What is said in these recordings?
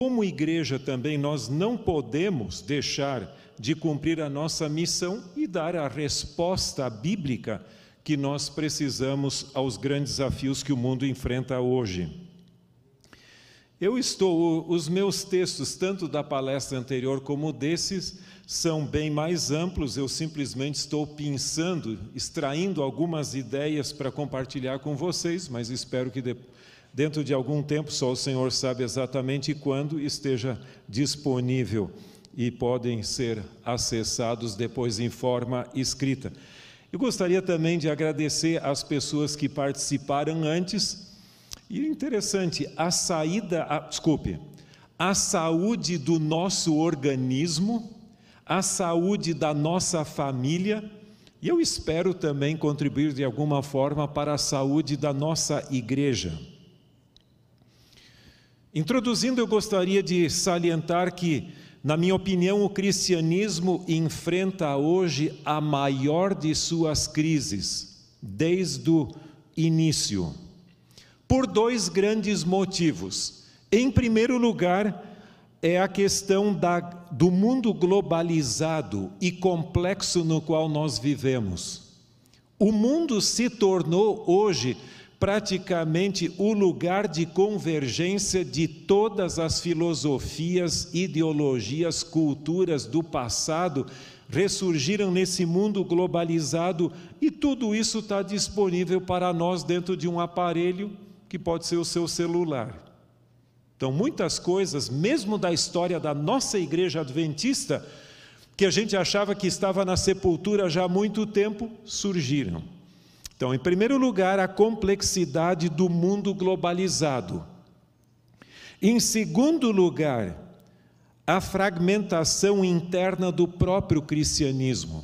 Como igreja também, nós não podemos deixar de cumprir a nossa missão e dar a resposta bíblica que nós precisamos aos grandes desafios que o mundo enfrenta hoje. Os meus textos, tanto da palestra anterior como desses, são bem mais amplos. Eu simplesmente estou pensando, extraindo algumas ideias para compartilhar com vocês, mas espero que dentro de algum tempo, só o Senhor sabe exatamente quando, esteja disponível e podem ser acessados depois em forma escrita. Eu gostaria também de agradecer às pessoas que participaram antes. E interessante, a saúde do nosso organismo, a saúde da nossa família, e eu espero também contribuir de alguma forma para a saúde da nossa igreja. Introduzindo, eu gostaria de salientar que, na minha opinião, o cristianismo enfrenta hoje a maior de suas crises, desde o início, por dois grandes motivos. Em primeiro lugar, é a questão do mundo globalizado e complexo no qual nós vivemos. O mundo se tornou hoje praticamente o lugar de convergência de todas as filosofias, ideologias, culturas do passado, ressurgiram nesse mundo globalizado, e tudo isso está disponível para nós dentro de um aparelho que pode ser o seu celular. Então, muitas coisas, mesmo da história da nossa igreja adventista, que a gente achava que estava na sepultura já há muito tempo, surgiram. Então, em primeiro lugar, a complexidade do mundo globalizado. Em segundo lugar, a fragmentação interna do próprio cristianismo.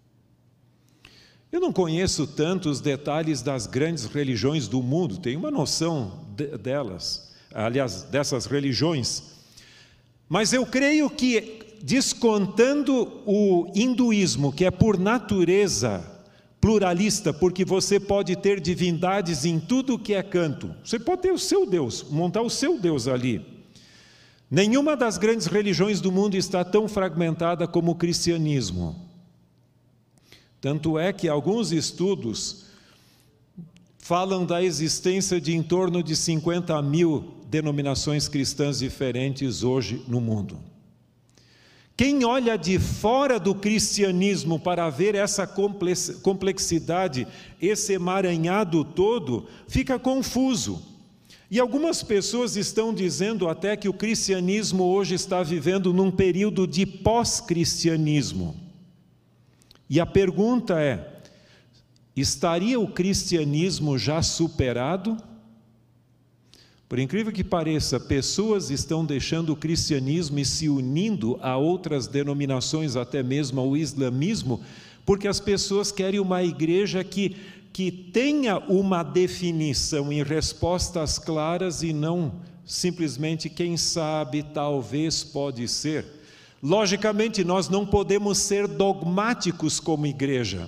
Eu não conheço tantos detalhes das grandes religiões do mundo, tenho uma noção delas, aliás, dessas religiões, mas eu creio que, descontando o hinduísmo, que é por natureza pluralista, porque você pode ter divindades em tudo que é canto, você pode ter o seu Deus, montar o seu Deus ali. Nenhuma das grandes religiões do mundo está tão fragmentada como o cristianismo. Tanto é que alguns estudos falam da existência de em torno de 50 mil denominações cristãs diferentes hoje no mundo. Quem olha de fora do cristianismo para ver essa complexidade, esse emaranhado todo, fica confuso. E algumas pessoas estão dizendo até que o cristianismo hoje está vivendo num período de pós-cristianismo. E a pergunta é: estaria o cristianismo já superado? Por incrível que pareça, pessoas estão deixando o cristianismo e se unindo a outras denominações, até mesmo ao islamismo, porque as pessoas querem uma igreja que tenha uma definição em respostas claras e não simplesmente quem sabe, talvez, pode ser. Logicamente, nós não podemos ser dogmáticos como igreja.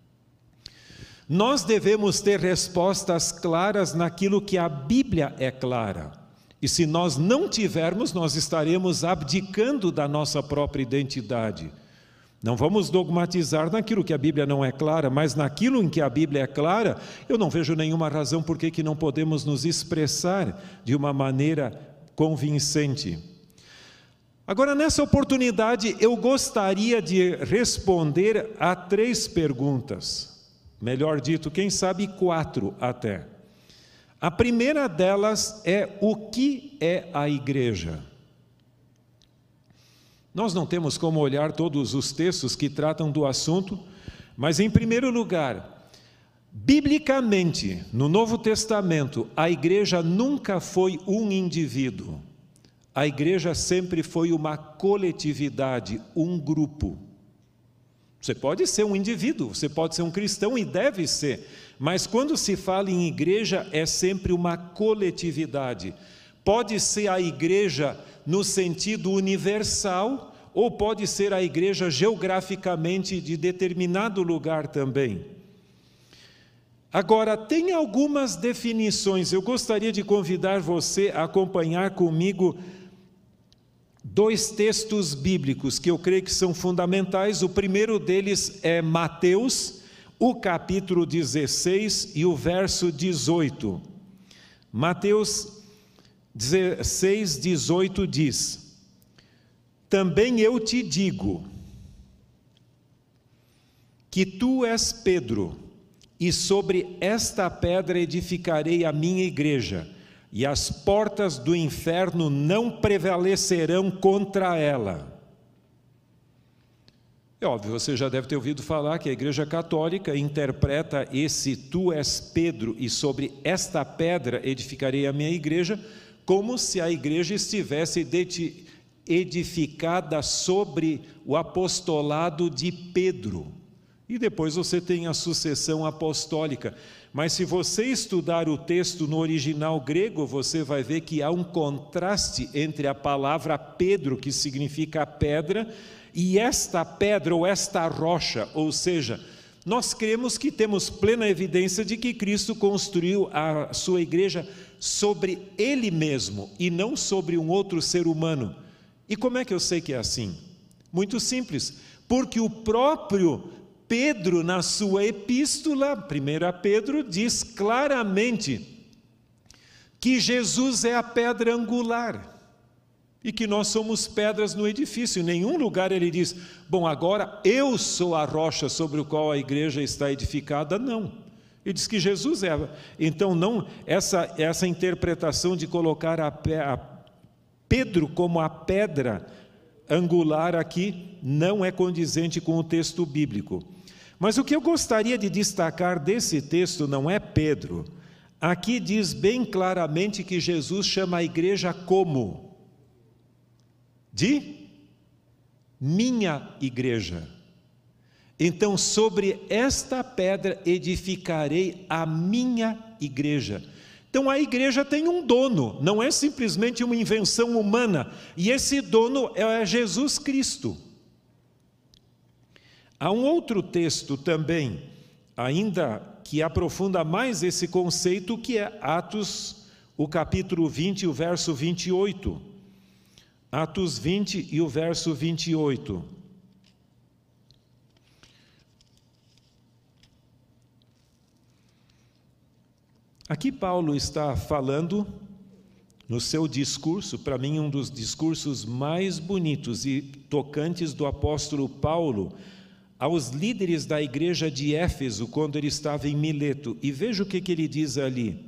Nós devemos ter respostas claras naquilo que a Bíblia é clara. E se nós não tivermos, nós estaremos abdicando da nossa própria identidade. Não vamos dogmatizar naquilo que a Bíblia não é clara, mas naquilo em que a Bíblia é clara, eu não vejo nenhuma razão por que não podemos nos expressar de uma maneira convincente. Agora, nessa oportunidade, eu gostaria de responder a 3 perguntas. Melhor dito, quem sabe 4 até. A primeira delas é: o que é a igreja? Nós não temos como olhar todos os textos que tratam do assunto, mas em primeiro lugar, biblicamente, no Novo Testamento, a igreja nunca foi um indivíduo. A igreja sempre foi uma coletividade, um grupo. Você pode ser um indivíduo, você pode ser um cristão e deve ser, mas quando se fala em igreja é sempre uma coletividade. Pode ser a igreja no sentido universal ou pode ser a igreja geograficamente de determinado lugar também. Agora, tem algumas definições, eu gostaria de convidar você a acompanhar comigo dois textos bíblicos que eu creio que são fundamentais. O primeiro deles é Mateus, o capítulo 16 e o verso 18. Mateus 16, 18 diz: também eu te digo que tu és Pedro, e sobre esta pedra edificarei a minha igreja, e as portas do inferno não prevalecerão contra ela. É óbvio, você já deve ter ouvido falar que a Igreja Católica interpreta esse tu és Pedro e sobre esta pedra edificarei a minha igreja, como se a igreja estivesse edificada sobre o apostolado de Pedro. E depois você tem a sucessão apostólica. Mas se você estudar o texto no original grego, você vai ver que há um contraste entre a palavra Pedro, que significa pedra, e esta pedra ou esta rocha. Ou seja, nós cremos que temos plena evidência de que Cristo construiu a sua igreja sobre Ele mesmo e não sobre um outro ser humano. E como é que eu sei que é assim? Muito simples, porque o próprio Pedro, na sua epístola, 1 Pedro, diz claramente que Jesus é a pedra angular e que nós somos pedras no edifício. Em nenhum lugar ele diz, bom, agora eu sou a rocha sobre a qual a igreja está edificada. Não. Ele diz que Jesus é. Então, não, essa interpretação de colocar a Pedro como a pedra angular aqui não é condizente com o texto bíblico. Mas o que eu gostaria de destacar desse texto não é Pedro. Aqui diz bem claramente que Jesus chama a igreja como? De minha igreja. Então, sobre esta pedra edificarei a minha igreja. Então, a igreja tem um dono, não é simplesmente uma invenção humana. E esse dono é Jesus Cristo. Há um outro texto também, ainda que aprofunda mais esse conceito, que é Atos, o capítulo 20, o verso 28. Atos 20 e o verso 28. Aqui Paulo está falando no seu discurso, para mim um dos discursos mais bonitos e tocantes do apóstolo Paulo, aos líderes da igreja de Éfeso, quando ele estava em Mileto. E veja o que ele diz ali: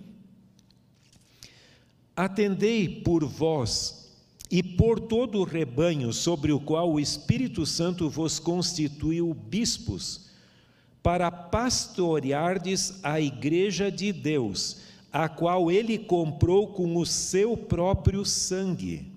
atendei por vós e por todo o rebanho sobre o qual o Espírito Santo vos constituiu bispos, para pastoreardes a igreja de Deus, a qual ele comprou com o seu próprio sangue.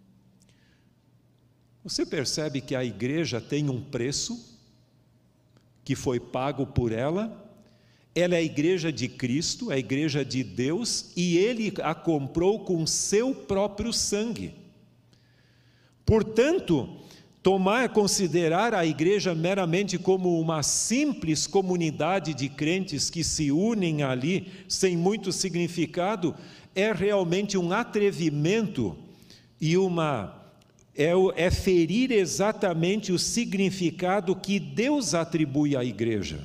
Você percebe que a igreja tem um preço que foi pago por ela? Ela é a igreja de Cristo, a igreja de Deus, e ele a comprou com seu próprio sangue. Portanto, considerar a igreja meramente como uma simples comunidade de crentes que se unem ali sem muito significado é realmente um atrevimento e é ferir exatamente o significado que Deus atribui à igreja.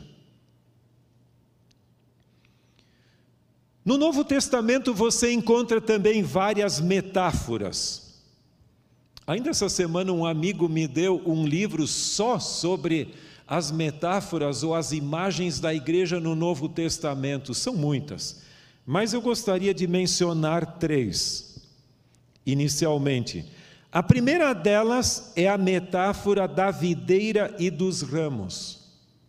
No Novo Testamento você encontra também várias metáforas. Ainda essa semana um amigo me deu um livro só sobre as metáforas ou as imagens da igreja no Novo Testamento. São muitas, mas eu gostaria de mencionar 3, inicialmente. A primeira delas é a metáfora da videira e dos ramos.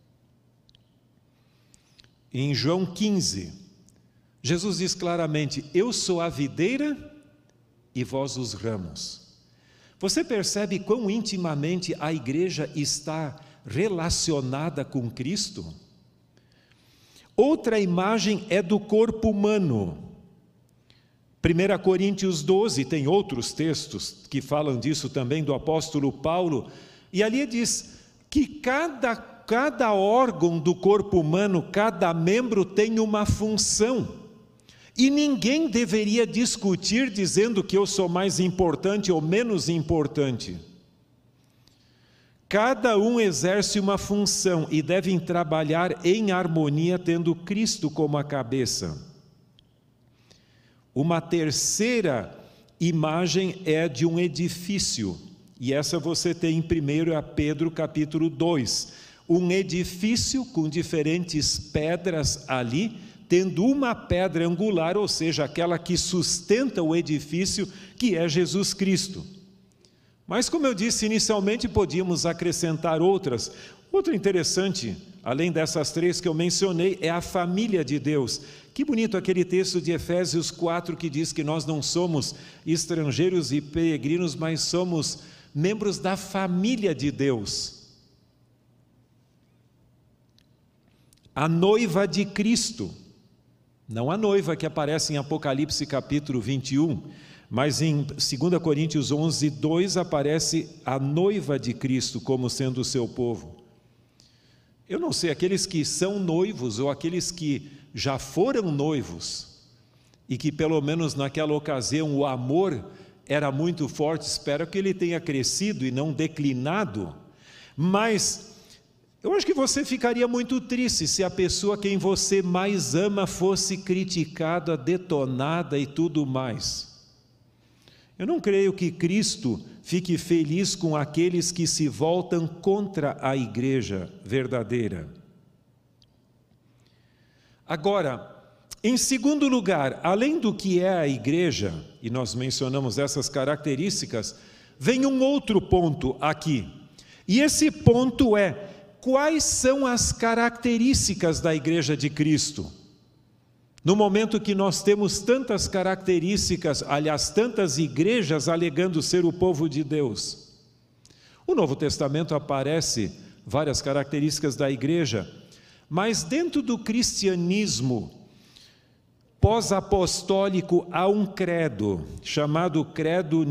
Em João 15, Jesus diz claramente, eu sou a videira e vós os ramos. Você percebe quão intimamente a igreja está relacionada com Cristo? Outra imagem é do corpo humano. 1 Coríntios 12, tem outros textos que falam disso também, do apóstolo Paulo, e ali diz que cada órgão do corpo humano, cada membro tem uma função, E ninguém deveria discutir dizendo que eu sou mais importante ou menos importante. Cada um exerce uma função e devem trabalhar em harmonia, tendo Cristo como a cabeça. Uma terceira imagem é de um edifício, e essa você tem em 1 Pedro capítulo 2. Um edifício com diferentes pedras ali, tendo uma pedra angular, ou seja, aquela que sustenta o edifício, que é Jesus Cristo. Mas, como eu disse inicialmente, podíamos acrescentar outras. Outra interessante, além dessas três que eu mencionei, é a família de Deus. Que bonito aquele texto de Efésios 4 que diz que nós não somos estrangeiros e peregrinos, mas somos membros da família de Deus. A noiva de Cristo, não a noiva que aparece em Apocalipse capítulo 21, mas em 2 Coríntios 11, 2 aparece a noiva de Cristo como sendo o seu povo. Eu não sei, aqueles que são noivos ou aqueles que já foram noivos e que pelo menos naquela ocasião o amor era muito forte, espero que ele tenha crescido e não declinado, mas eu acho que você ficaria muito triste se a pessoa quem você mais ama fosse criticada, detonada e tudo mais. Eu não creio que Cristo fique feliz com aqueles que se voltam contra a igreja verdadeira. Agora, em segundo lugar, além do que é a igreja, e nós mencionamos essas características, vem um outro ponto aqui. E esse ponto é: quais são as características da igreja de Cristo? No momento que nós temos tantas características, aliás, tantas igrejas alegando ser o povo de Deus. O Novo Testamento aparece várias características da igreja, mas dentro do cristianismo pós-apostólico há um credo, chamado credo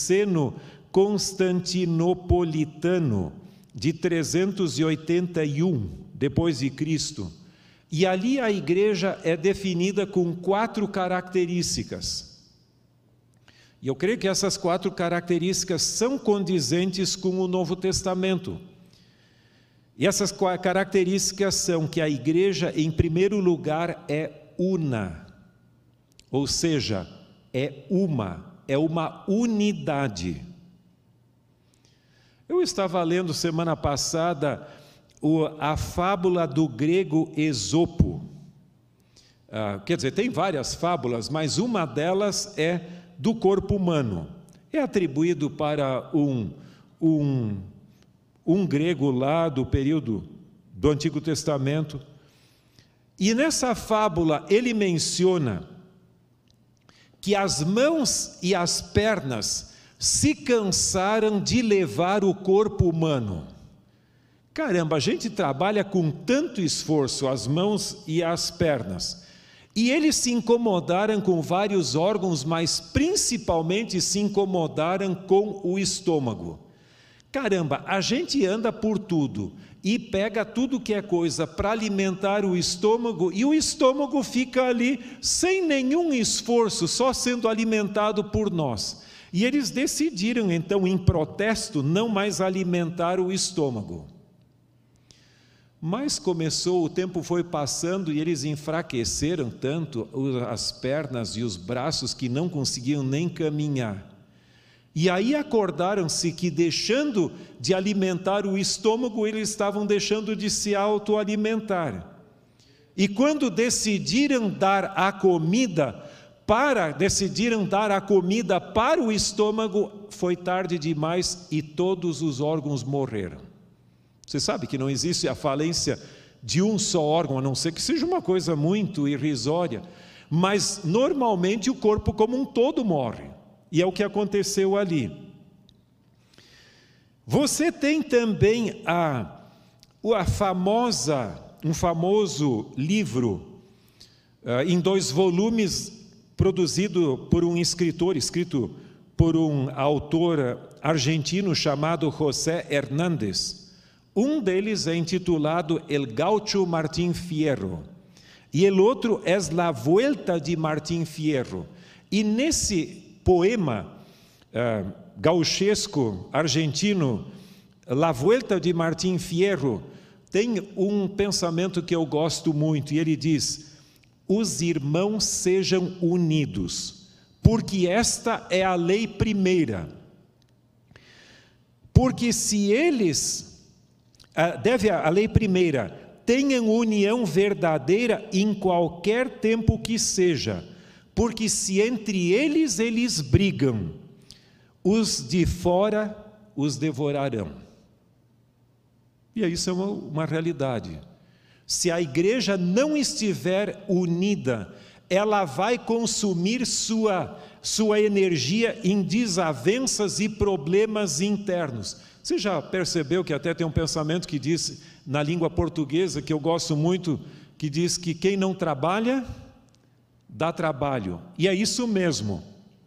niceno-constantinopolitano, de 381 depois de Cristo. E ali a igreja é definida com 4 características. E eu creio que essas 4 características são condizentes com o Novo Testamento. E essas características são que a igreja, em primeiro lugar, é una. Ou seja, é uma unidade. Eu estava lendo semana passada a fábula do grego Esopo. Quer dizer, tem várias fábulas, mas uma delas é do corpo humano. É atribuído para um grego lá do período do Antigo Testamento. E nessa fábula ele menciona que as mãos e as pernas se cansaram de levar o corpo humano. Caramba, a gente trabalha com tanto esforço as mãos e as pernas, e eles se incomodaram com vários órgãos, mas principalmente se incomodaram com o estômago. Caramba, a gente anda por tudo e pega tudo que é coisa para alimentar o estômago, e o estômago fica ali sem nenhum esforço, só sendo alimentado por nós. E eles decidiram então, em protesto, não mais alimentar o estômago. Mas o tempo foi passando e eles enfraqueceram tanto as pernas e os braços que não conseguiam nem caminhar. E aí acordaram-se que, deixando de alimentar o estômago, eles estavam deixando de se autoalimentar. E quando decidiram dar a comida para o estômago, foi tarde demais e todos os órgãos morreram. Você sabe que não existe a falência de um só órgão, a não ser que seja uma coisa muito irrisória, mas normalmente o corpo como um todo morre, e é o que aconteceu ali. Você tem também um famoso livro em 2 volumes, produzido por um escritor, escrito por um autor argentino chamado José Hernández. Um deles é intitulado El Gaucho Martín Fierro, e o outro é La Vuelta de Martín Fierro. E nesse poema gauchesco argentino, La Vuelta de Martín Fierro, tem um pensamento que eu gosto muito, e ele diz: os irmãos sejam unidos, porque esta é a lei primeira. Porque se eles, a lei primeira, tenham união verdadeira em qualquer tempo que seja, porque se entre eles brigam, os de fora os devorarão. E isso é uma realidade. Se a igreja não estiver unida, ela vai consumir sua energia em desavenças e problemas internos. Você já percebeu que até tem um pensamento que diz, na língua portuguesa, que eu gosto muito, que diz que quem não trabalha, dá trabalho. E é isso mesmo.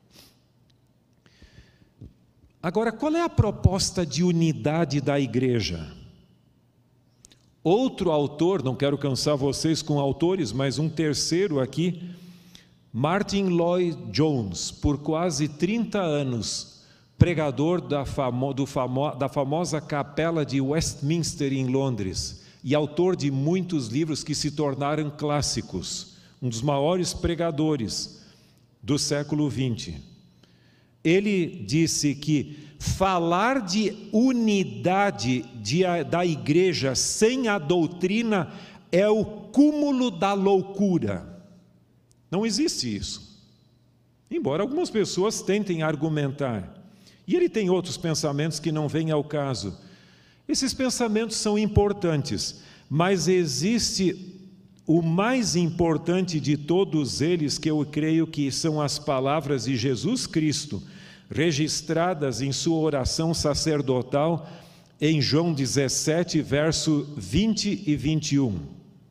Agora, qual é a proposta de unidade da igreja? Outro autor, não quero cansar vocês com autores, mas um terceiro aqui, Martin Lloyd-Jones, por quase 30 anos, pregador da famosa Capela de Westminster em Londres, e autor de muitos livros que se tornaram clássicos, um dos maiores pregadores do século XX. Ele disse que falar de unidade da igreja sem a doutrina é o cúmulo da loucura. Não existe isso. Embora algumas pessoas tentem argumentar. E ele tem outros pensamentos que não vêm ao caso. Esses pensamentos são importantes, mas existe o mais importante de todos eles, que eu creio que são as palavras de Jesus Cristo, registradas em sua oração sacerdotal em João 17, verso 20 e 21.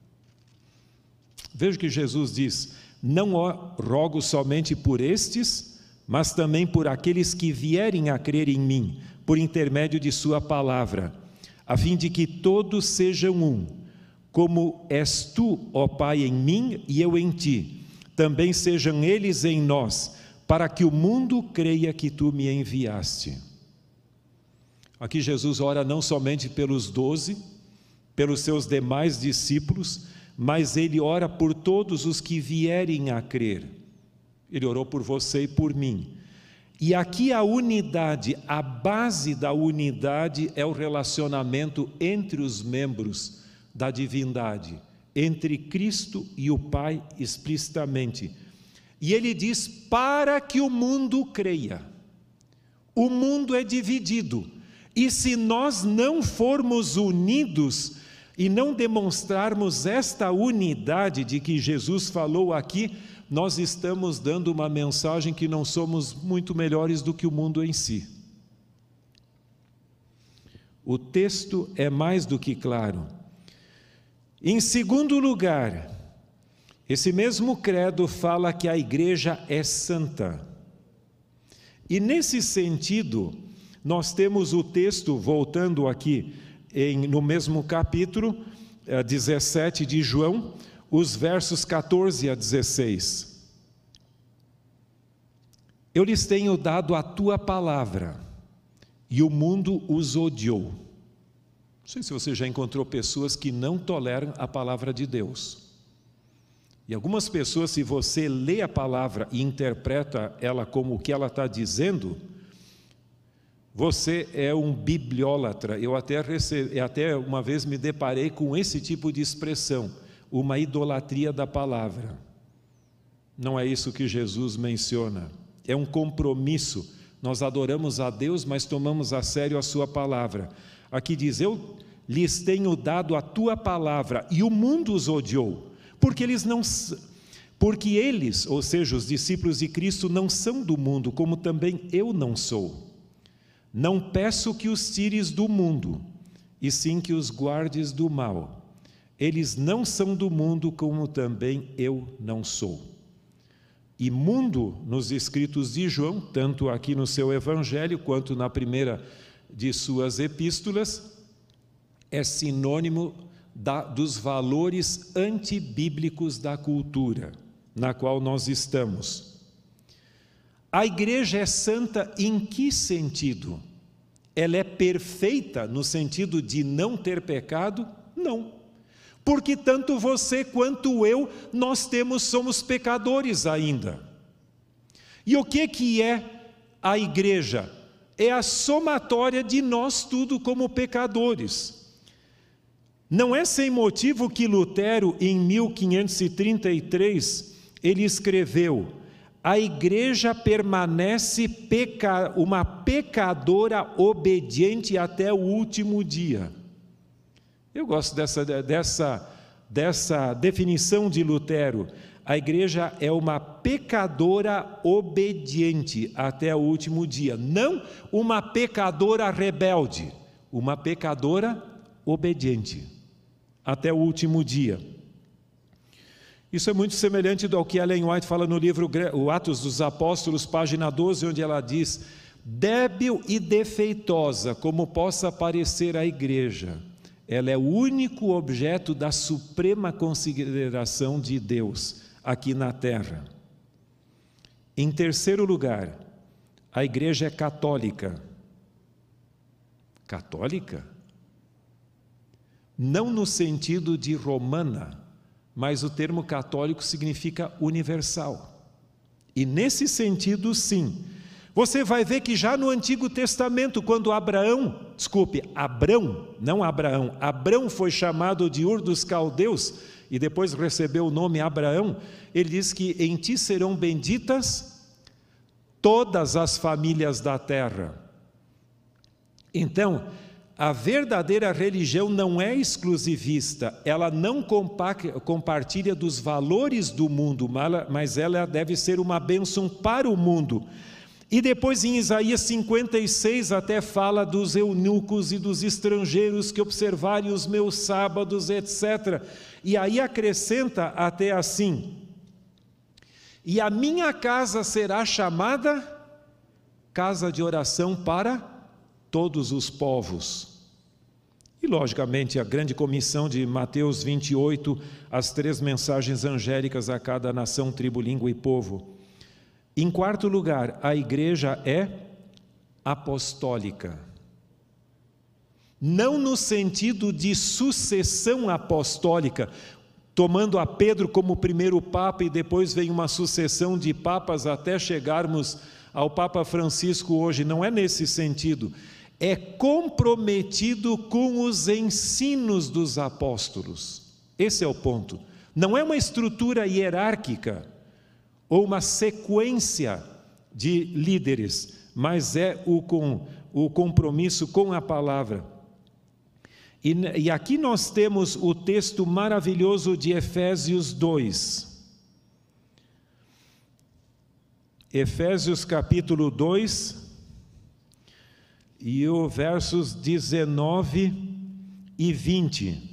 Veja que Jesus diz: não rogo somente por estes, mas também por aqueles que vierem a crer em mim, por intermédio de sua palavra, a fim de que todos sejam um, como és tu, ó Pai, em mim e eu em ti, também sejam eles em nós, para que o mundo creia que tu me enviaste. Aqui Jesus ora não somente pelos 12, pelos seus demais discípulos, mas ele ora por todos os que vierem a crer. Ele orou por você e por mim. E aqui a unidade, a base da unidade é o relacionamento entre os membros da divindade, entre Cristo e o Pai explicitamente. E ele diz: para que o mundo creia. O mundo é dividido, e se nós não formos unidos e não demonstrarmos esta unidade de que Jesus falou aqui, nós estamos dando uma mensagem que não somos muito melhores do que o mundo em si. O texto é mais do que claro. Em segundo lugar, esse mesmo credo fala que a igreja é santa. E nesse sentido, nós temos o texto, voltando aqui no mesmo capítulo 17 de João, os versos 14 a 16. Eu lhes tenho dado a tua palavra, e o mundo os odiou. Não sei se você já encontrou pessoas que não toleram a palavra de Deus. E algumas pessoas, se você lê a palavra e interpreta ela como o que ela está dizendo, você é um bibliólatra. Eu até uma vez me deparei com esse tipo de expressão, uma idolatria da palavra. Não é isso que Jesus menciona. É um compromisso. Nós adoramos a Deus, mas tomamos a sério a sua palavra. Aqui diz: eu lhes tenho dado a tua palavra, e o mundo os odiou. Porque eles, ou seja, os discípulos de Cristo, não são do mundo, como também eu não sou. Não peço que os tires do mundo, e sim que os guardes do mal. Eles não são do mundo, como também eu não sou. E mundo, nos escritos de João, tanto aqui no seu evangelho, quanto na primeira de suas epístolas, é sinônimo dos valores antibíblicos da cultura na qual nós estamos. A igreja é santa em que sentido? Ela é perfeita no sentido de não ter pecado? Não. Porque tanto você quanto eu, somos pecadores ainda. E o que é a igreja? É a somatória de nós tudo como pecadores. Não é sem motivo que Lutero, em 1533, ele escreveu: a igreja permanece uma pecadora obediente até o último dia. Eu gosto dessa definição de Lutero. A igreja é uma pecadora obediente até o último dia. Não uma pecadora rebelde, uma pecadora obediente até o último dia. Isso é muito semelhante ao que Ellen White fala no livro O Atos dos Apóstolos, página 12, onde ela diz: débil e defeitosa como possa parecer a igreja, ela é o único objeto da suprema consideração de Deus aqui na terra. Em terceiro lugar, a igreja é católica. Católica? Não no sentido de romana, mas o termo católico significa universal. E nesse sentido, sim. Você vai ver que já no Antigo Testamento, quando Abrão foi chamado de Ur dos Caldeus e depois recebeu o nome Abraão, ele diz que em ti serão benditas todas as famílias da terra. Então, a verdadeira religião não é exclusivista, ela não compartilha dos valores do mundo, mas ela deve ser uma bênção para o mundo. E depois em Isaías 56 até fala dos eunucos e dos estrangeiros que observarem os meus sábados, etc. E aí acrescenta até assim: e a minha casa será chamada casa de oração para todos os povos. E logicamente a grande comissão de Mateus 28, as 3 mensagens angélicas a cada nação, tribo, língua e povo. Em quarto lugar, a igreja é apostólica. Não no sentido de sucessão apostólica, tomando a Pedro como primeiro papa e depois vem uma sucessão de papas até chegarmos ao Papa Francisco hoje, não é nesse sentido. É comprometido com os ensinos dos apóstolos. Esse é o ponto. Não é uma estrutura hierárquica ou uma sequência de líderes, mas é o compromisso com a palavra. E aqui nós temos o texto maravilhoso de Efésios 2. Efésios capítulo 2, e os versos 19 e 20.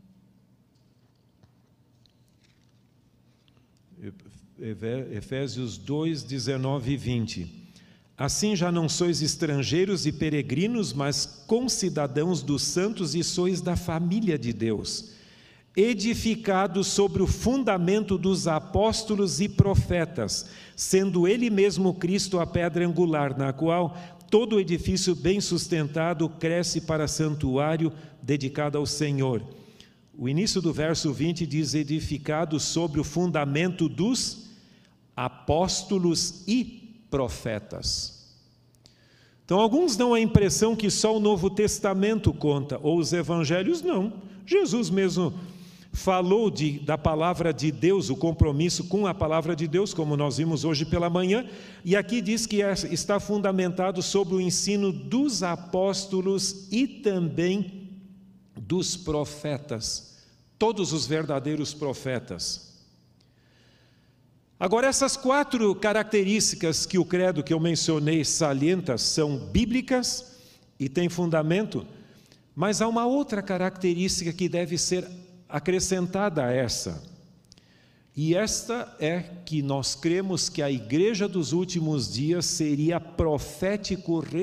Efésios 2, 19 e 20. Assim já não sois estrangeiros e peregrinos, mas concidadãos dos santos e sois da família de Deus, edificados sobre o fundamento dos apóstolos e profetas, sendo ele mesmo Cristo a pedra angular, na qual todo o edifício bem sustentado cresce para santuário dedicado ao Senhor. O início do verso 20 diz: edificados sobre o fundamento dos apóstolos e profetas. Então, alguns dão a impressão que só o Novo Testamento conta, ou os evangelhos. Não. Jesus mesmo falou da palavra de Deus, o compromisso com a palavra de Deus, como nós vimos hoje pela manhã, e aqui diz que está fundamentado sobre o ensino dos apóstolos e também dos profetas, todos os verdadeiros profetas. Agora, essas 4 características que o credo que eu mencionei salienta são bíblicas e têm fundamento, mas há uma outra característica que deve ser acrescentada a essa. E esta é que nós cremos que a igreja dos últimos dias seria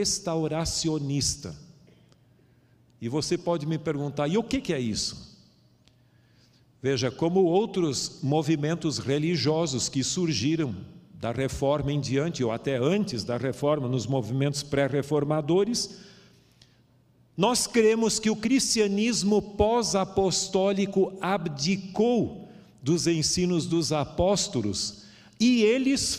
profético-restauracionista. E você pode me perguntar: e o que é isso? Veja, como outros movimentos religiosos que surgiram da Reforma em diante, ou até antes da Reforma, nos movimentos pré-reformadores, nós cremos que o cristianismo pós-apostólico abdicou dos ensinos dos apóstolos e eles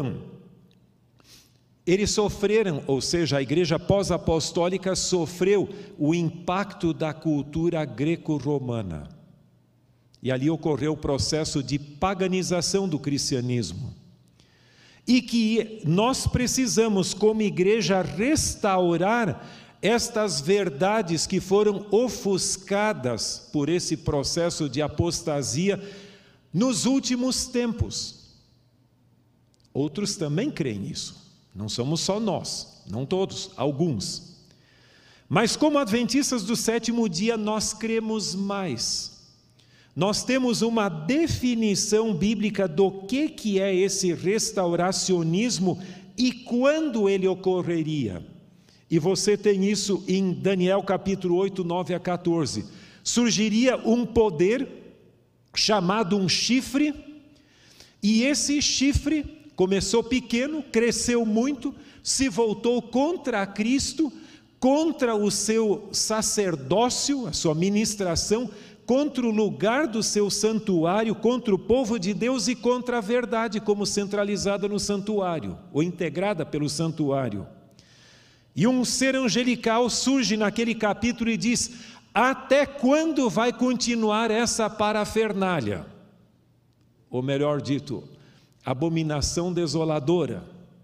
sofreram, ou seja, a igreja pós-apostólica sofreu o impacto da cultura greco-romana. E ali ocorreu o processo de paganização do cristianismo. E que nós precisamos, como igreja, restaurar estas verdades que foram ofuscadas por esse processo de apostasia nos últimos tempos. Outros também creem nisso. Não somos só nós, não todos, alguns. Mas como adventistas do sétimo dia, nós cremos mais. Nós temos uma definição bíblica do que é esse restauracionismo e quando ele ocorreria. E você tem isso em Daniel capítulo 8, 9 a 14. Surgiria um poder chamado um chifre, e esse chifre começou pequeno, cresceu muito, se voltou contra Cristo, contra o seu sacerdócio, a sua ministração, contra o lugar do seu santuário, contra o povo de Deus e contra a verdade como centralizada no santuário, ou integrada pelo santuário. E um ser angelical surge naquele capítulo e diz: até quando vai continuar essa parafernália? Ou melhor dito, abominação desoladora.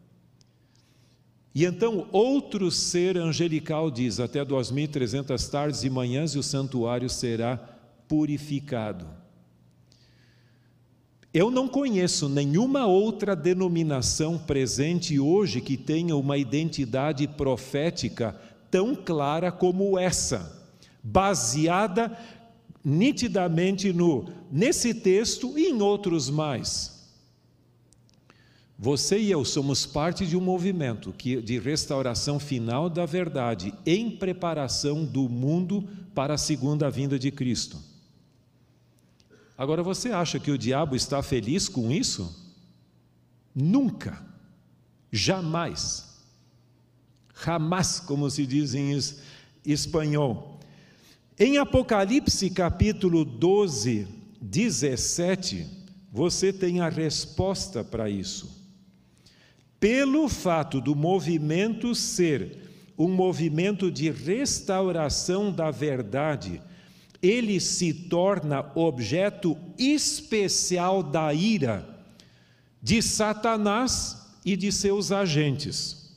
E então outro ser angelical diz: até 2.300 tardes e manhãs e o santuário será purificado. Eu não conheço nenhuma outra denominação presente hoje que tenha uma identidade profética tão clara como essa, baseada nitidamente nesse texto e em outros mais. Você e eu somos parte de um movimento de restauração final da verdade em preparação do mundo para a segunda vinda de Cristo. Agora, você acha que o diabo está feliz com isso? Nunca, jamais, jamás, como se diz em espanhol. Em Apocalipse capítulo 12, 17, você tem a resposta para isso. Pelo fato do movimento ser um movimento de restauração da verdade, ele se torna objeto especial da ira de Satanás e de seus agentes.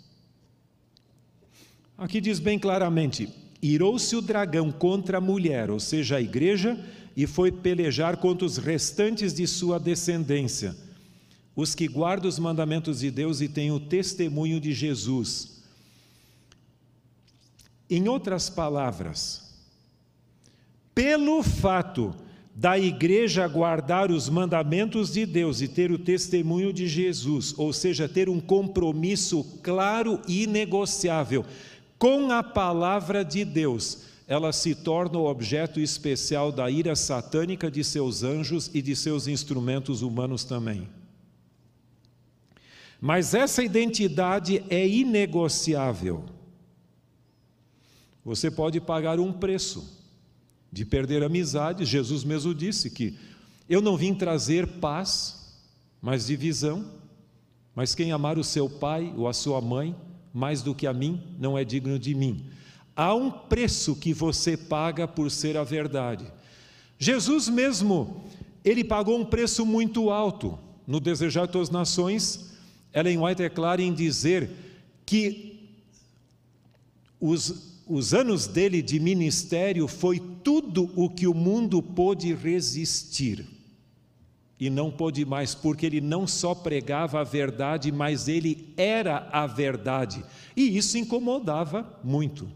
Aqui diz bem claramente: irou-se o dragão contra a mulher, ou seja, a igreja, e foi pelejar contra os restantes de sua descendência, os que guardam os mandamentos de Deus e têm o testemunho de Jesus. Em outras palavras, pelo fato da igreja guardar os mandamentos de Deus e ter o testemunho de Jesus, ou seja, ter um compromisso claro e inegociável com a palavra de Deus, ela se torna o objeto especial da ira satânica de seus anjos e de seus instrumentos humanos também. Mas essa identidade é inegociável. Você pode pagar um preço de perder amizades. Jesus mesmo disse que eu não vim trazer paz, mas divisão. Mas quem amar o seu pai ou a sua mãe mais do que a mim, não é digno de mim. Há um preço que você paga por ser a verdade. Jesus mesmo, ele pagou um preço muito alto. No Desejar de Todas as Nações, Ellen White é clara em dizer que os anos dele de ministério foi tudo o que o mundo pôde resistir. E não pôde mais, porque ele não só pregava a verdade, mas ele era a verdade. E isso incomodava muito.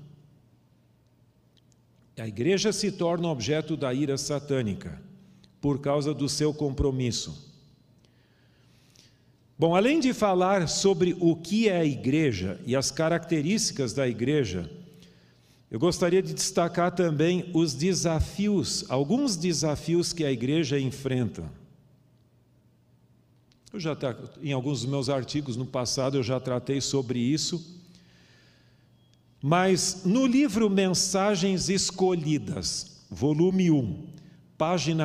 A igreja se torna objeto da ira satânica, por causa do seu compromisso. Bom, além de falar sobre o que é a igreja e as características da igreja, Eu gostaria de destacar também os desafios, alguns desafios que a igreja enfrenta. Em alguns dos meus artigos no passado eu já tratei sobre isso, mas no livro Mensagens Escolhidas, volume 1, página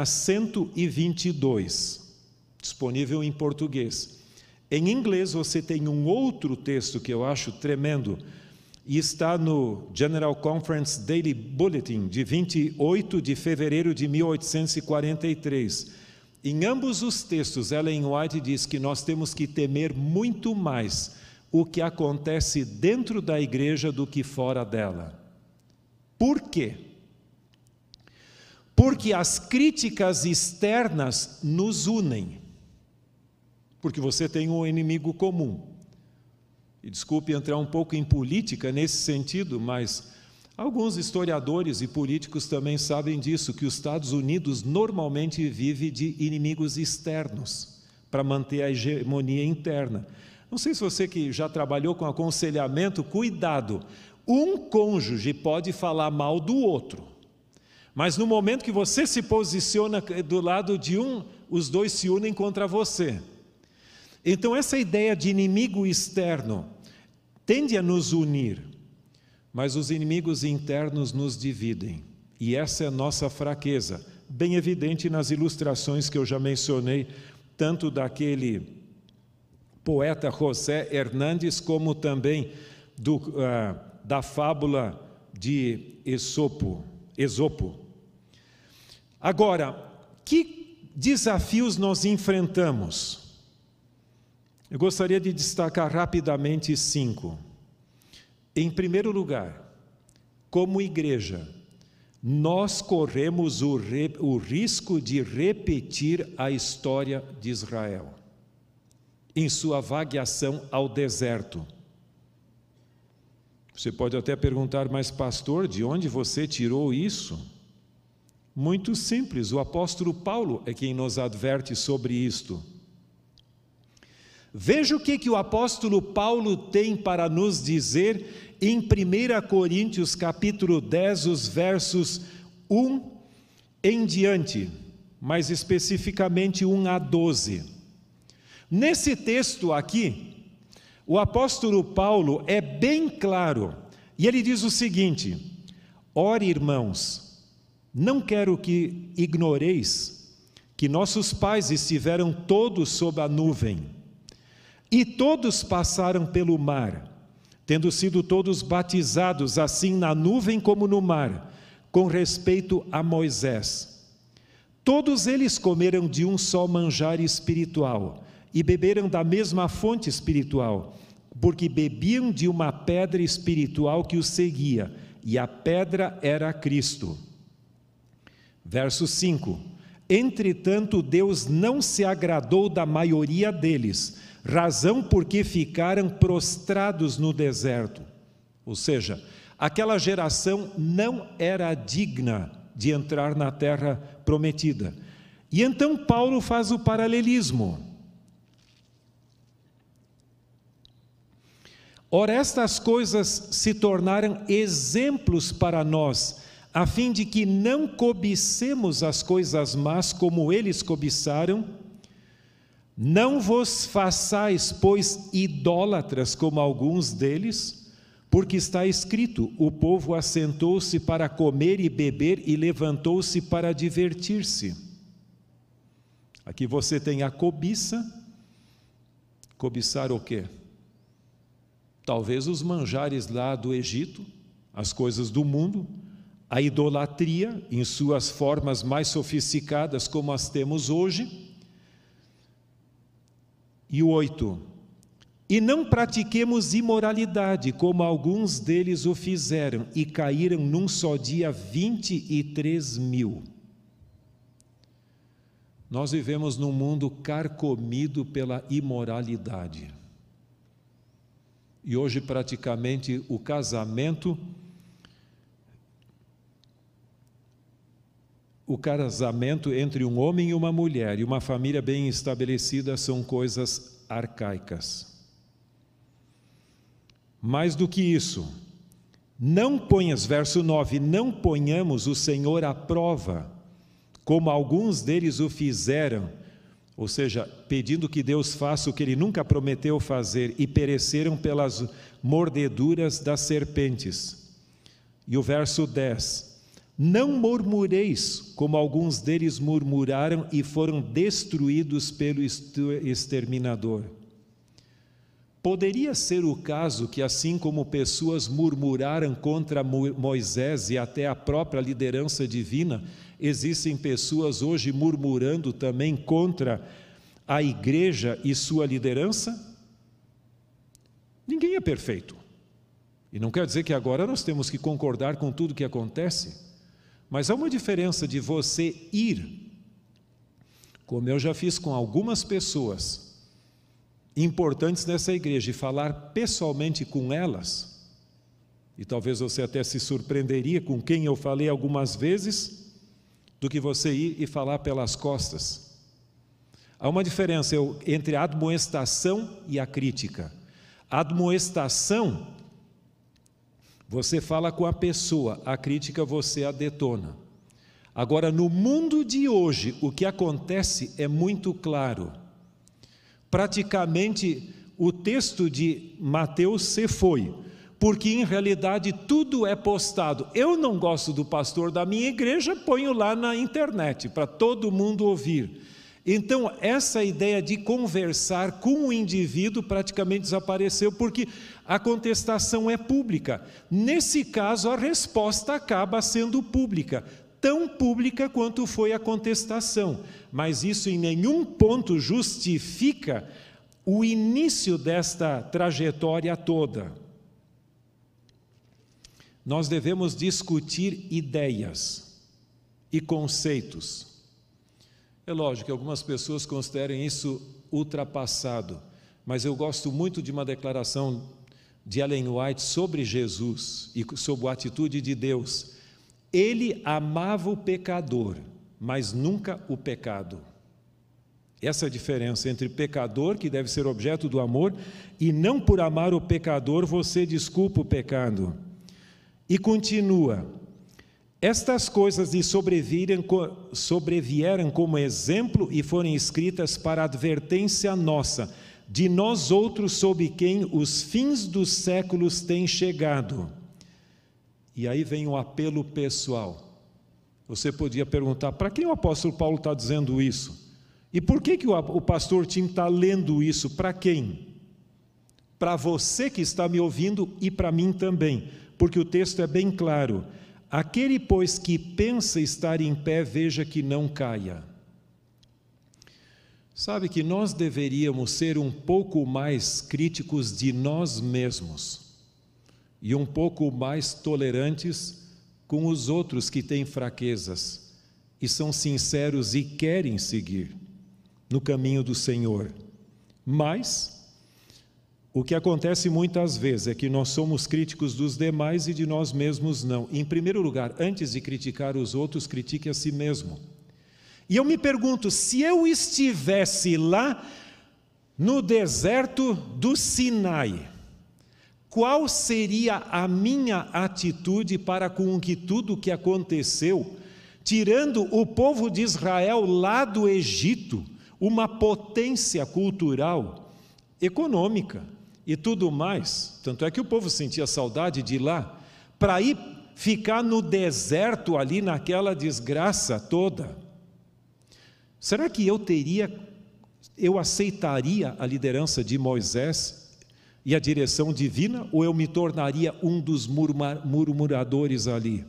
122, disponível em português. Em inglês você tem um outro texto que eu acho tremendo, e está no General Conference Daily Bulletin, de 28 de fevereiro de 1843. Em ambos os textos, Ellen White diz que nós temos que temer muito mais o que acontece dentro da igreja do que fora dela. Por quê? Porque as críticas externas nos unem. Porque você tem um inimigo comum. E desculpe entrar um pouco em política nesse sentido, mas alguns historiadores e políticos também sabem disso, que os Estados Unidos normalmente vive de inimigos externos para manter a hegemonia interna. Não sei se você que já trabalhou com aconselhamento, cuidado, um cônjuge pode falar mal do outro, mas no momento que você se posiciona do lado de um, os dois se unem contra você. Então essa ideia de inimigo externo tende a nos unir, mas os inimigos internos nos dividem, e essa é a nossa fraqueza, bem evidente nas ilustrações que eu já mencionei, tanto daquele poeta José Hernandes, como também da fábula de Esopo. Agora, que desafios nós enfrentamos? Eu gostaria de destacar rapidamente 5. Em primeiro lugar, como igreja, nós corremos o risco de repetir a história de Israel em sua vagueação ao deserto. Você pode até perguntar, mas pastor, de onde você tirou isso? Muito simples, o apóstolo Paulo é quem nos adverte sobre isto. Veja o que o apóstolo Paulo tem para nos dizer em 1 Coríntios capítulo 10, os versos 1 em diante, mais especificamente 1 a 12. Nesse texto aqui, o apóstolo Paulo é bem claro, e ele diz o seguinte: ora, irmãos, não quero que ignoreis que nossos pais estiveram todos sob a nuvem, e todos passaram pelo mar, tendo sido todos batizados, assim na nuvem como no mar, com respeito a Moisés. Todos eles comeram de um só manjar espiritual, e beberam da mesma fonte espiritual, porque bebiam de uma pedra espiritual que os seguia, e a pedra era Cristo. Verso 5. Entretanto, Deus não se agradou da maioria deles, razão porque ficaram prostrados no deserto. Ou seja, aquela geração não era digna de entrar na terra prometida. E então Paulo faz o paralelismo. Ora, estas coisas se tornaram exemplos para nós, a fim de que não cobicemos as coisas más como eles cobiçaram. Não vos façais, pois, idólatras como alguns deles, porque está escrito: o povo assentou-se para comer e beber e levantou-se para divertir-se. Aqui você tem a cobiça. Cobiçar o quê? Talvez os manjares lá do Egito, as coisas do mundo, a idolatria em suas formas mais sofisticadas como as temos hoje. E o 8, e não pratiquemos imoralidade, como alguns deles o fizeram, e caíram num só dia 23.000. Nós vivemos num mundo carcomido pela imoralidade. E hoje praticamente o casamento entre um homem e uma mulher e uma família bem estabelecida são coisas arcaicas. Mais do que isso, Não ponhas, verso 9, não ponhamos o Senhor à prova, como alguns deles o fizeram, ou seja, pedindo que Deus faça o que Ele nunca prometeu fazer, e pereceram pelas mordeduras das serpentes. E o verso 10, não murmureis, como alguns deles murmuraram e foram destruídos pelo exterminador. Poderia ser o caso que, assim como pessoas murmuraram contra Moisés e até a própria liderança divina, existem pessoas hoje murmurando também contra a igreja e sua liderança? Ninguém é perfeito. E não quer dizer que agora nós temos que concordar com tudo que acontece, mas há uma diferença de você ir, como eu já fiz com algumas pessoas importantes nessa igreja, e falar pessoalmente com elas, e talvez você até se surpreenderia com quem eu falei algumas vezes, do que você ir e falar pelas costas. Há uma diferença entre a admoestação e a crítica. A admoestação, você fala com a pessoa, a crítica você a detona. Agora, no mundo de hoje, o que acontece é muito claro. Praticamente, o texto de Mateus se foi, porque em realidade tudo é postado. Eu não gosto do pastor da minha igreja, ponho lá na internet para todo mundo ouvir. Então, essa ideia de conversar com o indivíduo praticamente desapareceu, porque a contestação é pública. Nesse caso, a resposta acaba sendo pública, tão pública quanto foi a contestação, mas isso em nenhum ponto justifica o início desta trajetória toda. Nós devemos discutir ideias e conceitos. É lógico que algumas pessoas considerem isso ultrapassado, mas eu gosto muito de uma declaração de Ellen White sobre Jesus e sobre a atitude de Deus. Ele amava o pecador, mas nunca o pecado. Essa é a diferença entre pecador, que deve ser objeto do amor, e não por amar o pecador você desculpa o pecado. E continua, estas coisas lhe sobrevieram como exemplo e foram escritas para advertência nossa, de nós outros sobre quem os fins dos séculos têm chegado. E aí vem um apelo pessoal. Você podia perguntar, para quem o apóstolo Paulo está dizendo isso? E por que o pastor Tim está lendo isso? Para quem? Para você que está me ouvindo e para mim também, porque o texto é bem claro. Aquele, pois, que pensa estar em pé, veja que não caia. Sabe que nós deveríamos ser um pouco mais críticos de nós mesmos e um pouco mais tolerantes com os outros que têm fraquezas e são sinceros e querem seguir no caminho do Senhor. Mas o que acontece muitas vezes é que nós somos críticos dos demais e de nós mesmos não. Em primeiro lugar, antes de criticar os outros, critique a si mesmo. E eu me pergunto, se eu estivesse lá no deserto do Sinai, qual seria a minha atitude para com que tudo o que aconteceu, tirando o povo de Israel lá do Egito, uma potência cultural, econômica e tudo mais, tanto é que o povo sentia saudade de ir lá, para ir ficar no deserto ali naquela desgraça toda? Será que eu aceitaria a liderança de Moisés e a direção divina, ou eu me tornaria um dos murmuradores ali?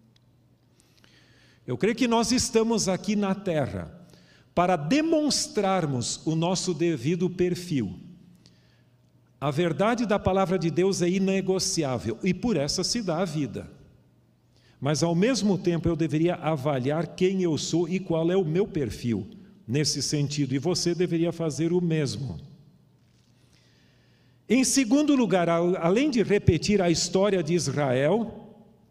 Eu creio que nós estamos aqui na terra para demonstrarmos o nosso devido perfil. A verdade da palavra de Deus é inegociável e por essa se dá a vida. Mas ao mesmo tempo eu deveria avaliar quem eu sou e qual é o meu perfil nesse sentido, e você deveria fazer o mesmo. Em segundo lugar, além de repetir a história de Israel,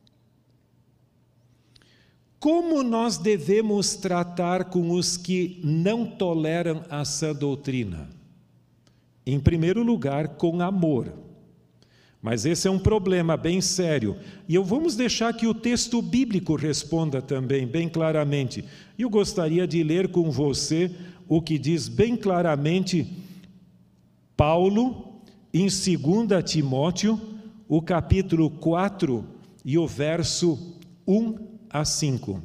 como nós devemos tratar com os que não toleram a sã doutrina? Em primeiro lugar, com amor. Mas esse é um problema bem sério. E vamos deixar que o texto bíblico responda também, bem claramente. E eu gostaria de ler com você o que diz bem claramente Paulo, em 2 Timóteo, o capítulo 4 e o verso 1 a 5.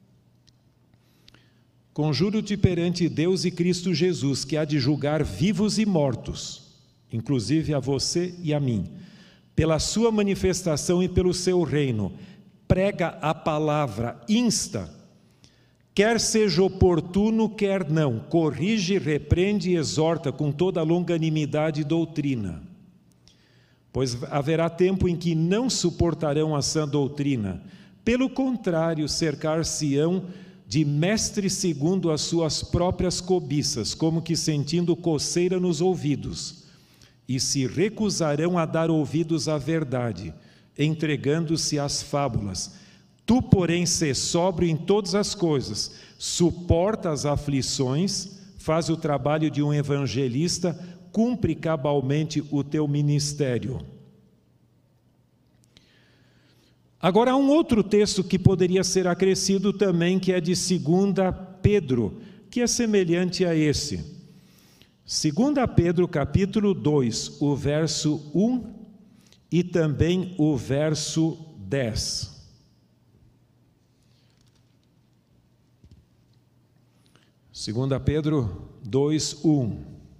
Conjuro-te perante Deus e Cristo Jesus, que há de julgar vivos e mortos, inclusive a você e a mim, pela sua manifestação e pelo seu reino, prega a palavra, insta, quer seja oportuno, quer não, corrige, repreende e exorta com toda a longanimidade e doutrina. Pois haverá tempo em que não suportarão a sã doutrina, pelo contrário, cercar-se-ão de mestres segundo as suas próprias cobiças, como que sentindo coceira nos ouvidos, e se recusarão a dar ouvidos à verdade, entregando-se às fábulas. Tu, porém, sê sóbrio em todas as coisas, suporta as aflições, faz o trabalho de um evangelista, cumpre cabalmente o teu ministério. Agora, há um outro texto que poderia ser acrescido também, que é de 2 Pedro, que é semelhante a esse. 2 Pedro, capítulo 2, o verso 1 e também o verso 10. 2 Pedro 2, 1.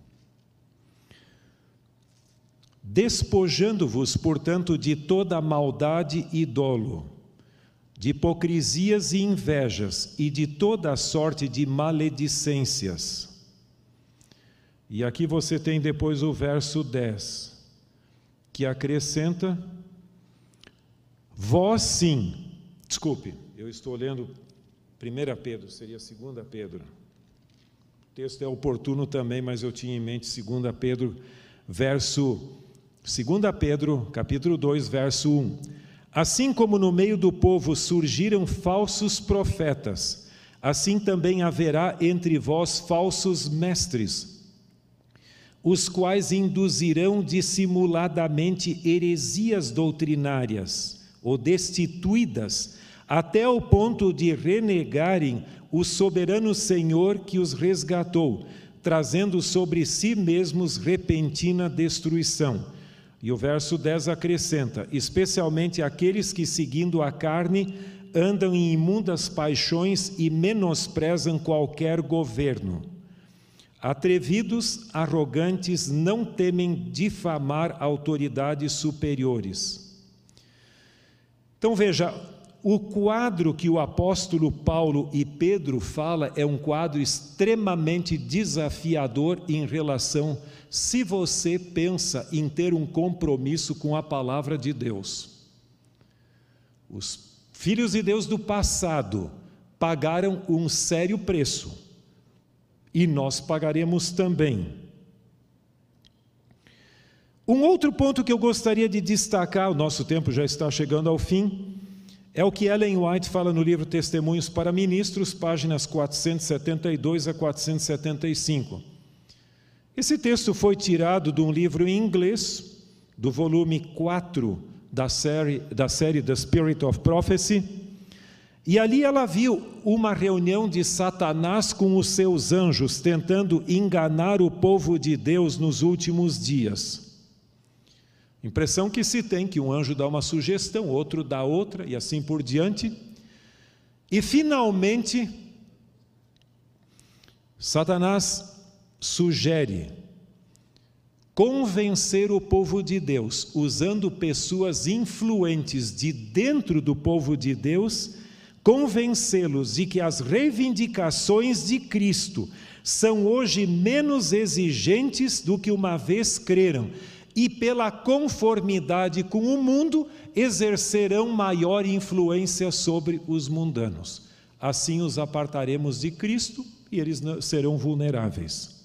Despojando-vos, portanto, de toda maldade e dolo, de hipocrisias e invejas, e de toda a sorte de maledicências. E aqui você tem depois o verso 10, que acrescenta, vós sim, desculpe, eu estou lendo 1 Pedro, seria 2 Pedro. O texto é oportuno também, mas eu tinha em mente 2 Pedro, verso 2 Pedro, capítulo 2, verso 1. Assim como no meio do povo surgiram falsos profetas, assim também haverá entre vós falsos mestres, os quais induzirão dissimuladamente heresias doutrinárias ou destituídas, até o ponto de renegarem o soberano Senhor que os resgatou, trazendo sobre si mesmos repentina destruição. E o verso 10 acrescenta, especialmente aqueles que, seguindo a carne, andam em imundas paixões e menosprezam qualquer governo. Atrevidos, arrogantes, não temem difamar autoridades superiores. Então veja, o quadro que o apóstolo Paulo e Pedro fala é um quadro extremamente desafiador em relação, se você pensa em ter um compromisso com a palavra de Deus. Os filhos de Deus do passado pagaram um sério preço, e nós pagaremos também. Um outro ponto que eu gostaria de destacar, o nosso tempo já está chegando ao fim, é o que Ellen White fala no livro Testemunhos para Ministros, páginas 472 a 475. Esse texto foi tirado de um livro em inglês, do volume 4 da série The Spirit of Prophecy, e ali ela viu uma reunião de Satanás com os seus anjos, tentando enganar o povo de Deus nos últimos dias. Impressão que se tem que um anjo dá uma sugestão, outro dá outra, e assim por diante. E finalmente, Satanás sugere convencer o povo de Deus, usando pessoas influentes de dentro do povo de Deus, convencê-los de que as reivindicações de Cristo são hoje menos exigentes do que uma vez creram, e pela conformidade com o mundo, exercerão maior influência sobre os mundanos. Assim os apartaremos de Cristo e eles serão vulneráveis.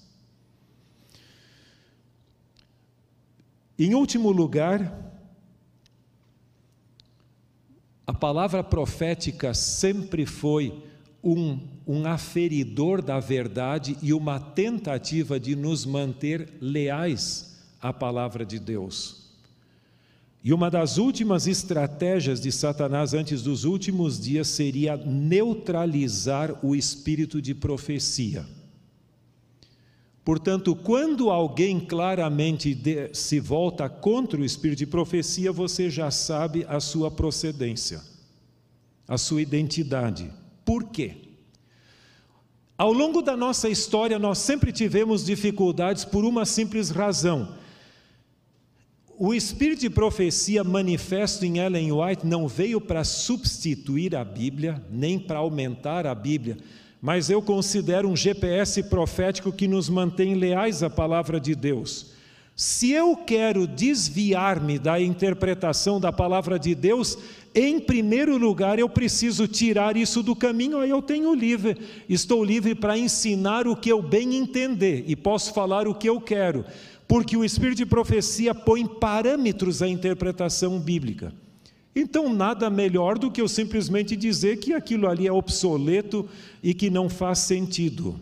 Em último lugar, a palavra profética sempre foi um aferidor da verdade e uma tentativa de nos manter leais à palavra de Deus. E uma das últimas estratégias de Satanás antes dos últimos dias seria neutralizar o espírito de profecia. Portanto, quando alguém claramente se volta contra o espírito de profecia, você já sabe a sua procedência, a sua identidade. Por quê? Ao longo da nossa história, nós sempre tivemos dificuldades por uma simples razão. O espírito de profecia manifesto em Ellen White não veio para substituir a Bíblia, nem para aumentar a Bíblia, mas eu considero um GPS profético que nos mantém leais à palavra de Deus. Se eu quero desviar-me da interpretação da palavra de Deus, em primeiro lugar eu preciso tirar isso do caminho, aí eu estou livre para ensinar o que eu bem entender e posso falar o que eu quero. Porque o espírito de profecia põe parâmetros à interpretação bíblica. Então, nada melhor do que eu simplesmente dizer que aquilo ali é obsoleto e que não faz sentido.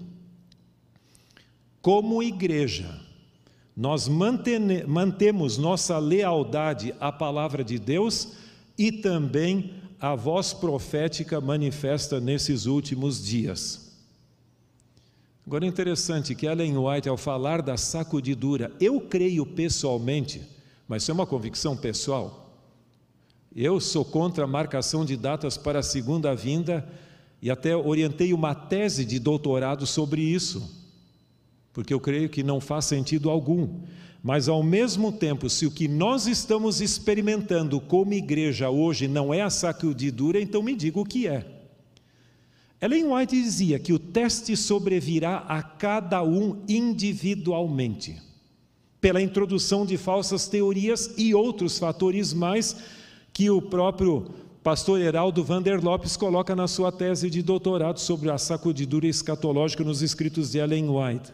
Como igreja, nós mantemos nossa lealdade à palavra de Deus e também à voz profética manifesta nesses últimos dias. Agora é interessante que Ellen White, ao falar da sacudidura, eu creio pessoalmente, mas isso é uma convicção pessoal, eu sou contra a marcação de datas para a segunda vinda e até orientei uma tese de doutorado sobre isso, porque eu creio que não faz sentido algum. Mas ao mesmo tempo, se o que nós estamos experimentando como igreja hoje não é a sacudidura, então me diga o que é. Ellen White dizia que o teste sobrevirá a cada um individualmente, pela introdução de falsas teorias e outros fatores mais que o próprio pastor Heraldo Vander Lopes coloca na sua tese de doutorado sobre a sacudidura escatológica nos escritos de Ellen White.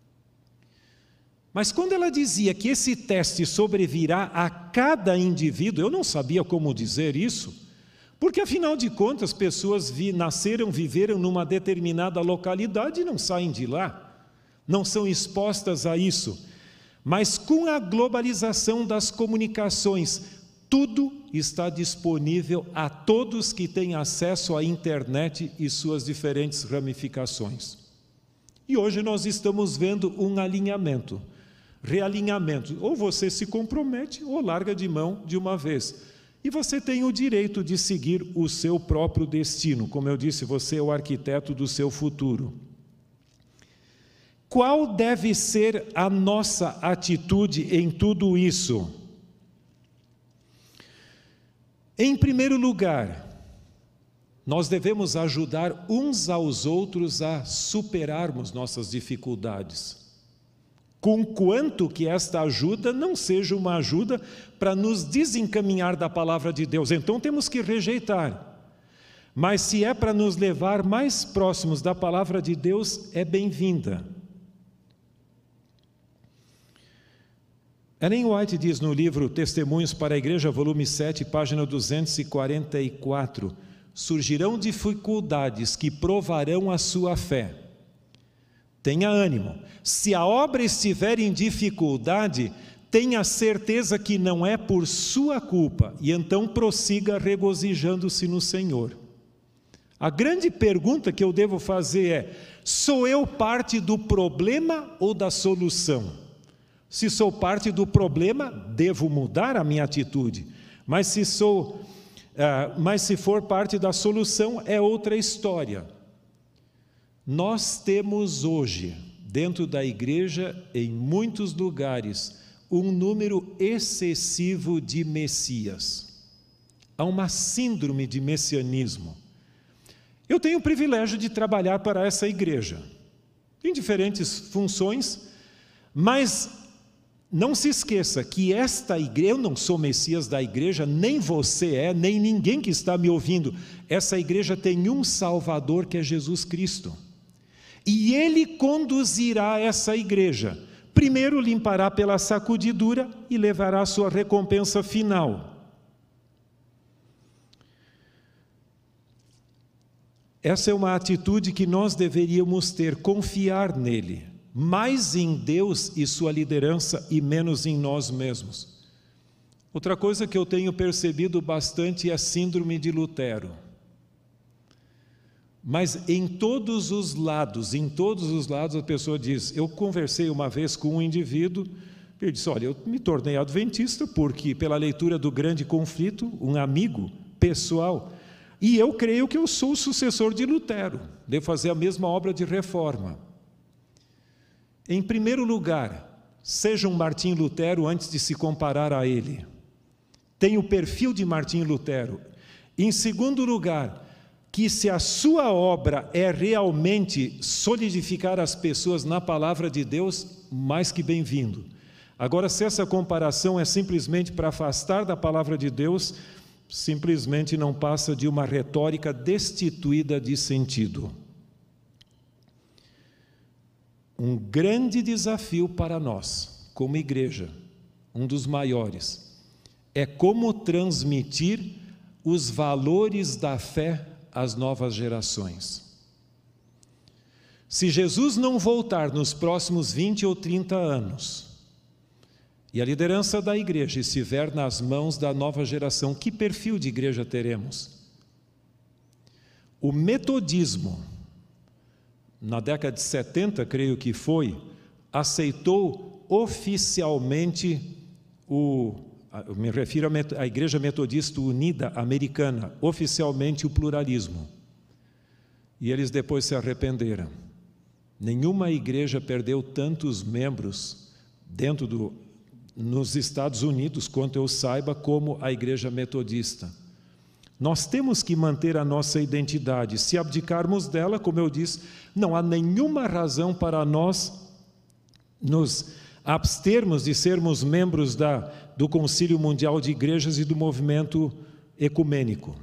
Mas quando ela dizia que esse teste sobrevirá a cada indivíduo, eu não sabia como dizer isso, porque, afinal de contas, pessoas nasceram, viveram numa determinada localidade e não saem de lá, não são expostas a isso. Mas com a globalização das comunicações, tudo está disponível a todos que têm acesso à internet e suas diferentes ramificações. E hoje nós estamos vendo um alinhamento, realinhamento. Ou você se compromete ou larga de mão de uma vez. E você tem o direito de seguir o seu próprio destino. Como eu disse, você é o arquiteto do seu futuro. Qual deve ser a nossa atitude em tudo isso? Em primeiro lugar, nós devemos ajudar uns aos outros a superarmos nossas dificuldades. Conquanto que esta ajuda não seja uma ajuda para nos desencaminhar da palavra de Deus, então temos que rejeitar. Mas se é para nos levar mais próximos da palavra de Deus, é bem-vinda. Ellen White diz no livro Testemunhos para a Igreja, volume 7, página 244, surgirão dificuldades que provarão a sua fé. Tenha ânimo. Se a obra estiver em dificuldade, tenha certeza que não é por sua culpa, e então prossiga regozijando-se no Senhor. A grande pergunta que eu devo fazer é: sou eu parte do problema ou da solução? Se sou parte do problema, devo mudar a minha atitude. Mas se for parte da solução, é outra história. Nós temos hoje, dentro da igreja, em muitos lugares, um número excessivo de messias. Há uma síndrome de messianismo. Eu tenho o privilégio de trabalhar para essa igreja, em diferentes funções, mas não se esqueça que esta igreja, eu não sou Messias da igreja, nem você é, nem ninguém que está me ouvindo. Essa igreja tem um Salvador que é Jesus Cristo. E Ele conduzirá essa igreja. Primeiro limpará pela sacudidura e levará a sua recompensa final. Essa é uma atitude que nós deveríamos ter, confiar nele, mais em Deus e sua liderança e menos em nós mesmos. Outra coisa que eu tenho percebido bastante é a síndrome de Lutero. Mas em todos os lados a pessoa diz, eu conversei uma vez com um indivíduo, ele disse, olha, eu me tornei adventista porque pela leitura do Grande Conflito, um amigo pessoal, e eu creio que eu sou o sucessor de Lutero, devo fazer a mesma obra de reforma. Em primeiro lugar, seja um Martim Lutero antes de se comparar a ele. Tem o perfil de Martim Lutero. Em segundo lugar, que se a sua obra é realmente solidificar as pessoas na palavra de Deus, mais que bem-vindo. Agora, se essa comparação é simplesmente para afastar da palavra de Deus, simplesmente não passa de uma retórica destituída de sentido. Um grande desafio para nós, como igreja, um dos maiores, é como transmitir os valores da fé às novas gerações. Se Jesus não voltar nos próximos 20 ou 30 anos, e a liderança da igreja estiver nas mãos da nova geração, que perfil de igreja teremos? O metodismo, na década de 70, creio que foi, aceitou oficialmente eu me refiro à Igreja Metodista Unida Americana, oficialmente o pluralismo. E eles depois se arrependeram. Nenhuma igreja perdeu tantos membros nos Estados Unidos, quanto eu saiba, como a Igreja Metodista. Nós temos que manter a nossa identidade. Se abdicarmos dela, como eu disse, não há nenhuma razão para nós nos abstermos de sermos membros do Concílio Mundial de Igrejas e do movimento ecumênico.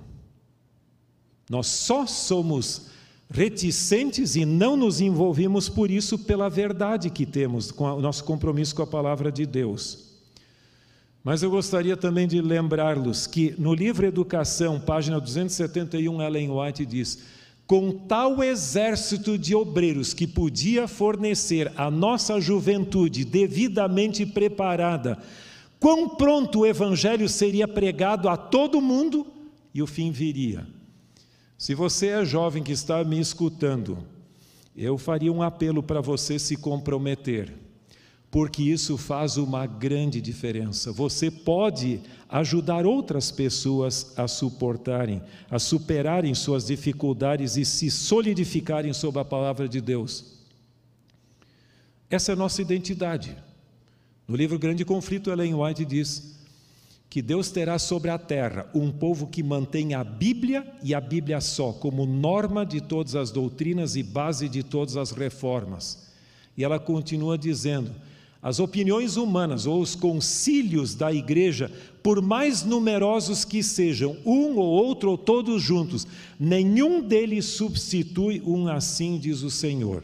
Nós só somos reticentes e não nos envolvemos por isso, pela verdade que temos, com o nosso compromisso com a palavra de Deus. Mas eu gostaria também de lembrá-los que no livro Educação, página 271, Ellen White diz: com tal exército de obreiros que podia fornecer à nossa juventude devidamente preparada, quão pronto o evangelho seria pregado a todo mundo e o fim viria. Se você é jovem que está me escutando, eu faria um apelo para você se comprometer, porque isso faz uma grande diferença. Você pode ajudar outras pessoas a suportarem, a superarem suas dificuldades e se solidificarem sob a palavra de Deus. Essa é a nossa identidade. No livro Grande Conflito, Ellen White diz que Deus terá sobre a terra um povo que mantém a Bíblia e a Bíblia só como norma de todas as doutrinas e base de todas as reformas. E ela continua dizendo: as opiniões humanas ou os concílios da igreja, por mais numerosos que sejam, um ou outro ou todos juntos, nenhum deles substitui um assim, diz o Senhor.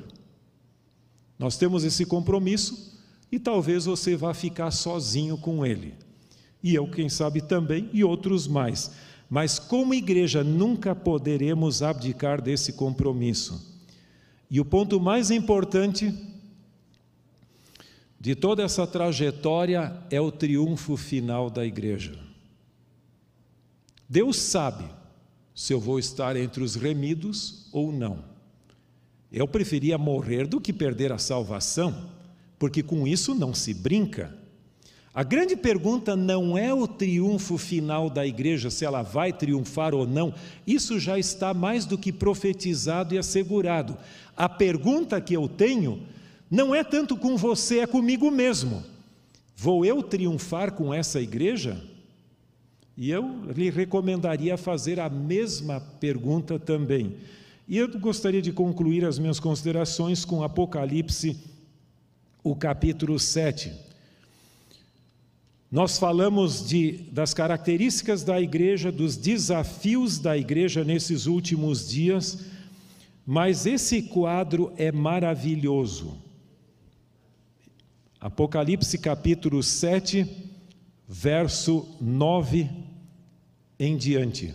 Nós temos esse compromisso e talvez você vá ficar sozinho com ele. E eu, quem sabe, também, e outros mais. Mas como igreja nunca poderemos abdicar desse compromisso. E o ponto mais importante de toda essa trajetória é o triunfo final da igreja. Deus sabe se eu vou estar entre os remidos ou não. Eu preferia morrer do que perder a salvação, porque com isso não se brinca. A grande pergunta não é o triunfo final da igreja, se ela vai triunfar ou não. Isso já está mais do que profetizado e assegurado. A pergunta que eu tenho não é tanto com você, é comigo mesmo. Vou eu triunfar com essa igreja? E eu lhe recomendaria fazer a mesma pergunta também. E eu gostaria de concluir as minhas considerações com Apocalipse, o capítulo 7. Nós falamos das características da igreja, dos desafios da igreja nesses últimos dias, mas esse quadro é maravilhoso. Apocalipse capítulo 7, verso 9 em diante.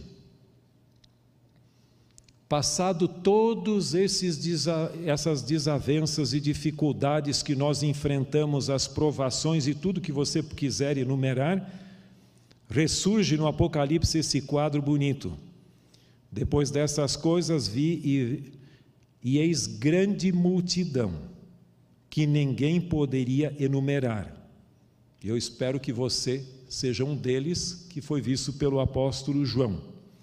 Passado todos essas desavenças e dificuldades que nós enfrentamos, as provações e tudo que você quiser enumerar, ressurge no Apocalipse esse quadro bonito. Depois dessas coisas vi e eis grande multidão, que ninguém poderia enumerar. Eu espero que você seja um deles que foi visto pelo apóstolo João.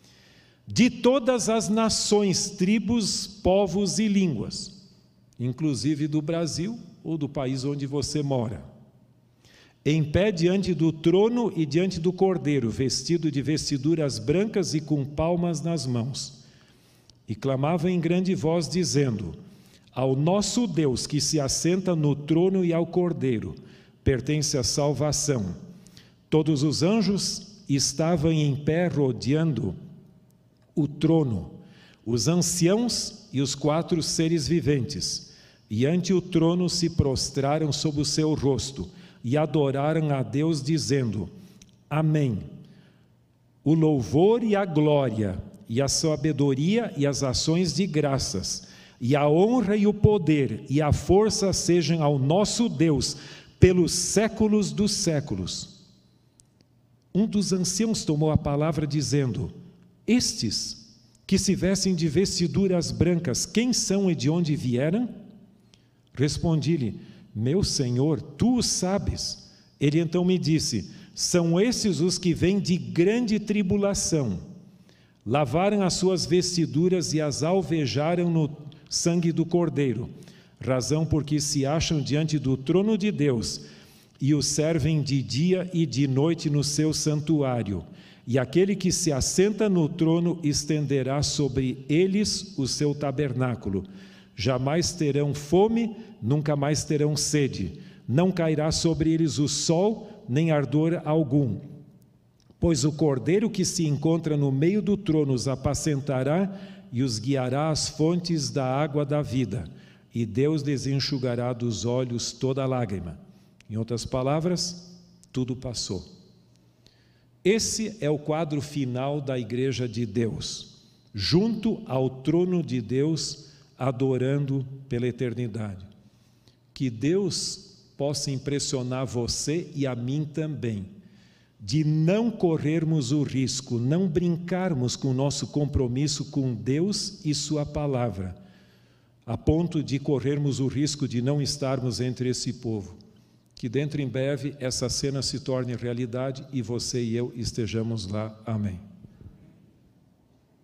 De todas as nações, tribos, povos e línguas, inclusive do Brasil ou do país onde você mora, em pé diante do trono e diante do Cordeiro, vestido de vestiduras brancas e com palmas nas mãos, e clamavam em grande voz, dizendo: ao nosso Deus que se assenta no trono e ao Cordeiro pertence a salvação. Todos os anjos estavam em pé rodeando o trono, os anciãos e os 4 seres viventes, e ante o trono se prostraram sob o seu rosto e adoraram a Deus, dizendo: Amém. O louvor e a glória, e a sabedoria e as ações de graças, e a honra e o poder e a força sejam ao nosso Deus pelos séculos dos séculos. Um dos anciãos tomou a palavra, dizendo: estes que se vestem de vestiduras brancas, quem são e de onde vieram? Respondi-lhe: meu Senhor, tu o sabes. Ele então me disse: são esses os que vêm de grande tribulação. Lavaram as suas vestiduras e as alvejaram no sangue do Cordeiro, razão porque se acham diante do trono de Deus e o servem de dia e de noite no seu santuário. E aquele que se assenta no trono estenderá sobre eles o seu tabernáculo. Jamais terão fome, nunca mais terão sede. Não cairá sobre eles o sol, nem ardor algum. Pois o Cordeiro que se encontra no meio do trono os apacentará e os guiará às fontes da água da vida. E Deus lhes enxugará dos olhos toda lágrima. Em outras palavras, tudo passou. Esse é o quadro final da Igreja de Deus, junto ao trono de Deus, adorando pela eternidade. Que Deus possa impressionar você e a mim também, de não corrermos o risco, não brincarmos com o nosso compromisso com Deus e sua palavra, a ponto de corrermos o risco de não estarmos entre esse povo. Que dentro em breve essa cena se torne realidade e você e eu estejamos lá. Amém.